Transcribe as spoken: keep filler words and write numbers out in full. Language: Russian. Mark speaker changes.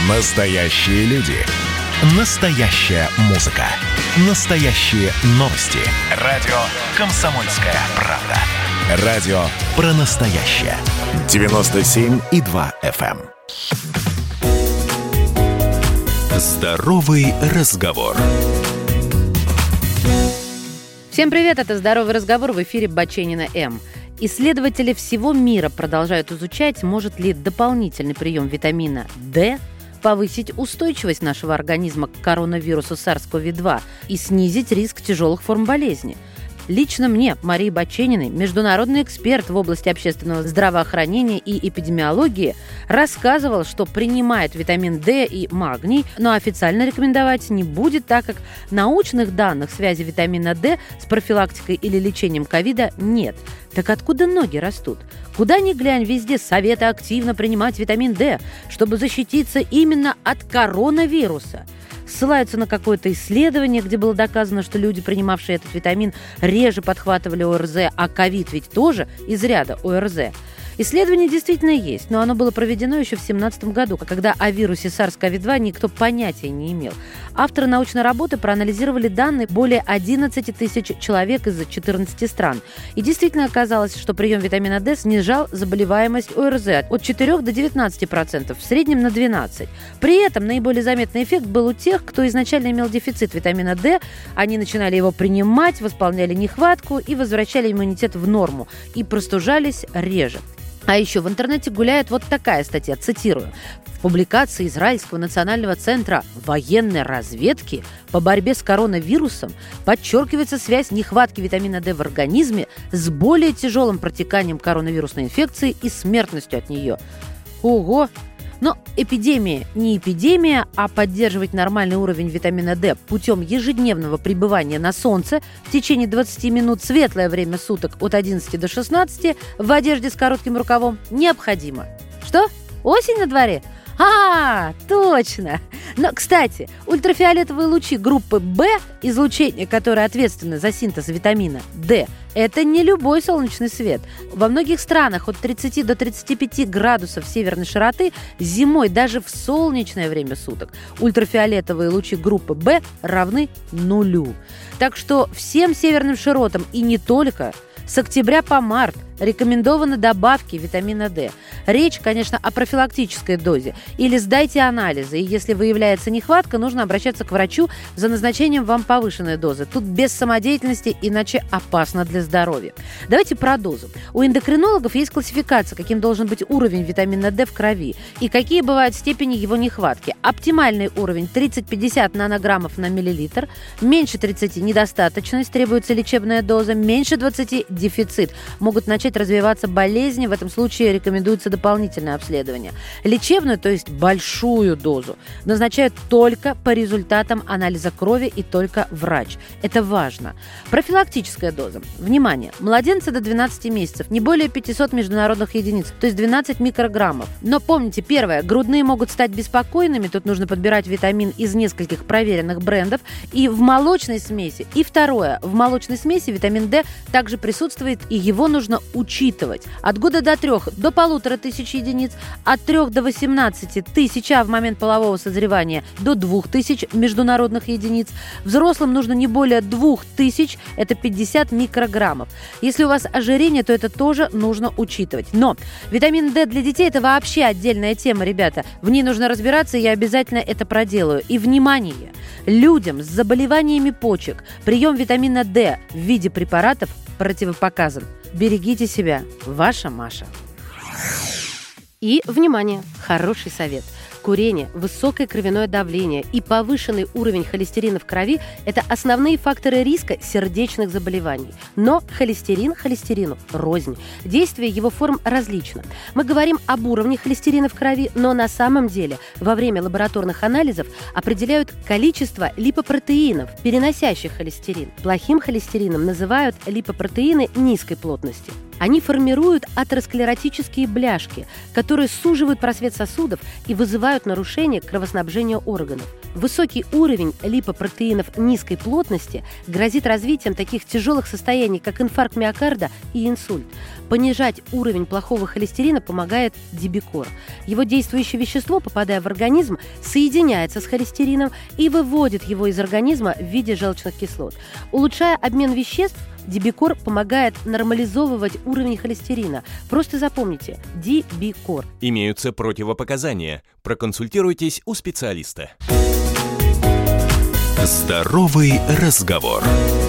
Speaker 1: Настоящие люди. Настоящая музыка. Настоящие новости. Радио «Комсомольская правда». Радио про настоящее. девяносто семь и два эф эм. Здоровый разговор.
Speaker 2: Всем привет, это «Здоровый разговор», в эфире Баченина М. Исследователи всего мира продолжают изучать, может ли дополнительный прием витамина D повысить устойчивость нашего организма к коронавирусу сарс ков два и снизить риск тяжелых форм болезни. Лично мне, Марии Бачениной, международный эксперт в области общественного здравоохранения и эпидемиологии, рассказывал, что принимает витамин D и магний, но официально рекомендовать не будет, так как научных данных связи витамина D с профилактикой или лечением ковида нет. Так откуда ноги растут? Куда ни глянь, везде советы активно принимать витамин D, чтобы защититься именно от коронавируса. Ссылаются на какое-то исследование, где было доказано, что люди, принимавшие этот витамин, реже подхватывали о эр зет, а ковид ведь тоже из ряда о эр зет. Исследование действительно есть, но оно было проведено еще в две тысячи семнадцатом году, когда о вирусе сарс ков два никто понятия не имел. Авторы научной работы проанализировали данные более одиннадцать тысяч человек из четырнадцати стран. И действительно оказалось, что прием витамина D снижал заболеваемость о эр зет от четырёх до девятнадцати процентов, в среднем на двенадцать процентов. При этом наиболее заметный эффект был у тех, кто изначально имел дефицит витамина D. Они начинали его принимать, восполняли нехватку и возвращали иммунитет в норму, и простужались реже. А еще в интернете гуляет вот такая статья, цитирую. В публикации Израильского национального центра военной разведки по борьбе с коронавирусом подчеркивается связь нехватки витамина D в организме с более тяжелым протеканием коронавирусной инфекции и смертностью от нее. Ого! Но эпидемия не эпидемия, а поддерживать нормальный уровень витамина D путем ежедневного пребывания на солнце в течение двадцати минут светлое время суток от одиннадцати до шестнадцати в одежде с коротким рукавом необходимо. Что? Осень на дворе? А, точно! Но, кстати, ультрафиолетовые лучи группы В, излучение, которое ответственно за синтез витамина D, это не любой солнечный свет. Во многих странах от тридцати до тридцати пяти градусов северной широты зимой даже в солнечное время суток ультрафиолетовые лучи группы В равны нулю. Так что всем северным широтам и не только с октября по март рекомендованы добавки витамина D. Речь, конечно, о профилактической дозе. Или сдайте анализы, и если выявляется нехватка, нужно обращаться к врачу за назначением вам повышенной дозы. Тут без самодеятельности, иначе опасно для здоровья. Давайте про дозу. У эндокринологов есть классификация, каким должен быть уровень витамина D в крови и какие бывают степени его нехватки. Оптимальный уровень тридцать-пятьдесят нанограммов на миллилитр, меньше тридцати недостаточность, требуется лечебная доза, меньше двадцати дефицит. Могут начать развиваться болезни, в этом случае рекомендуется дополнительное обследование. Лечебную, то есть большую дозу, назначают только по результатам анализа крови и только врач. Это важно. Профилактическая доза. Внимание! Младенцы до двенадцати месяцев, не более пятисот международных единиц, то есть двенадцать микрограммов. Но помните, первое, грудные могут стать беспокойными, тут нужно подбирать витамин из нескольких проверенных брендов, и в молочной смеси. И второе, в молочной смеси витамин D также присутствует, и его нужно учитывать. От года до трех до полутора тысяч единиц, от трех до восемнадцати тысяч, а в момент полового созревания до двух тысяч международных единиц. Взрослым нужно не более двух тысяч, это пятьдесят микрограммов. Если у вас ожирение, то это тоже нужно учитывать. Но витамин D для детей – это вообще отдельная тема, ребята. В ней нужно разбираться, и я обязательно это проделаю. И, внимание, людям с заболеваниями почек прием витамина D в виде препаратов противопоказан. Берегите себя. Ваша Маша. И, внимание, хороший совет. Курение, высокое кровяное давление и повышенный уровень холестерина в крови – это основные факторы риска сердечных заболеваний. Но холестерин холестерину рознь. Действие его форм различно. Мы говорим об уровне холестерина в крови, но на самом деле во время лабораторных анализов определяют количество липопротеинов, переносящих холестерин. Плохим холестерином называют липопротеины низкой плотности. Они формируют атеросклеротические бляшки, которые суживают просвет сосудов и вызывают нарушение кровоснабжения органов. Высокий уровень липопротеинов низкой плотности грозит развитием таких тяжелых состояний, как инфаркт миокарда и инсульт. Понижать уровень плохого холестерина помогает Дибикор. Его действующее вещество, попадая в организм, соединяется с холестерином и выводит его из организма в виде желчных кислот. Улучшая обмен веществ, Дибикор помогает нормализовывать уровень холестерина. Просто запомните – Дибикор.
Speaker 1: Имеются противопоказания. Проконсультируйтесь у специалиста. Здоровый разговор.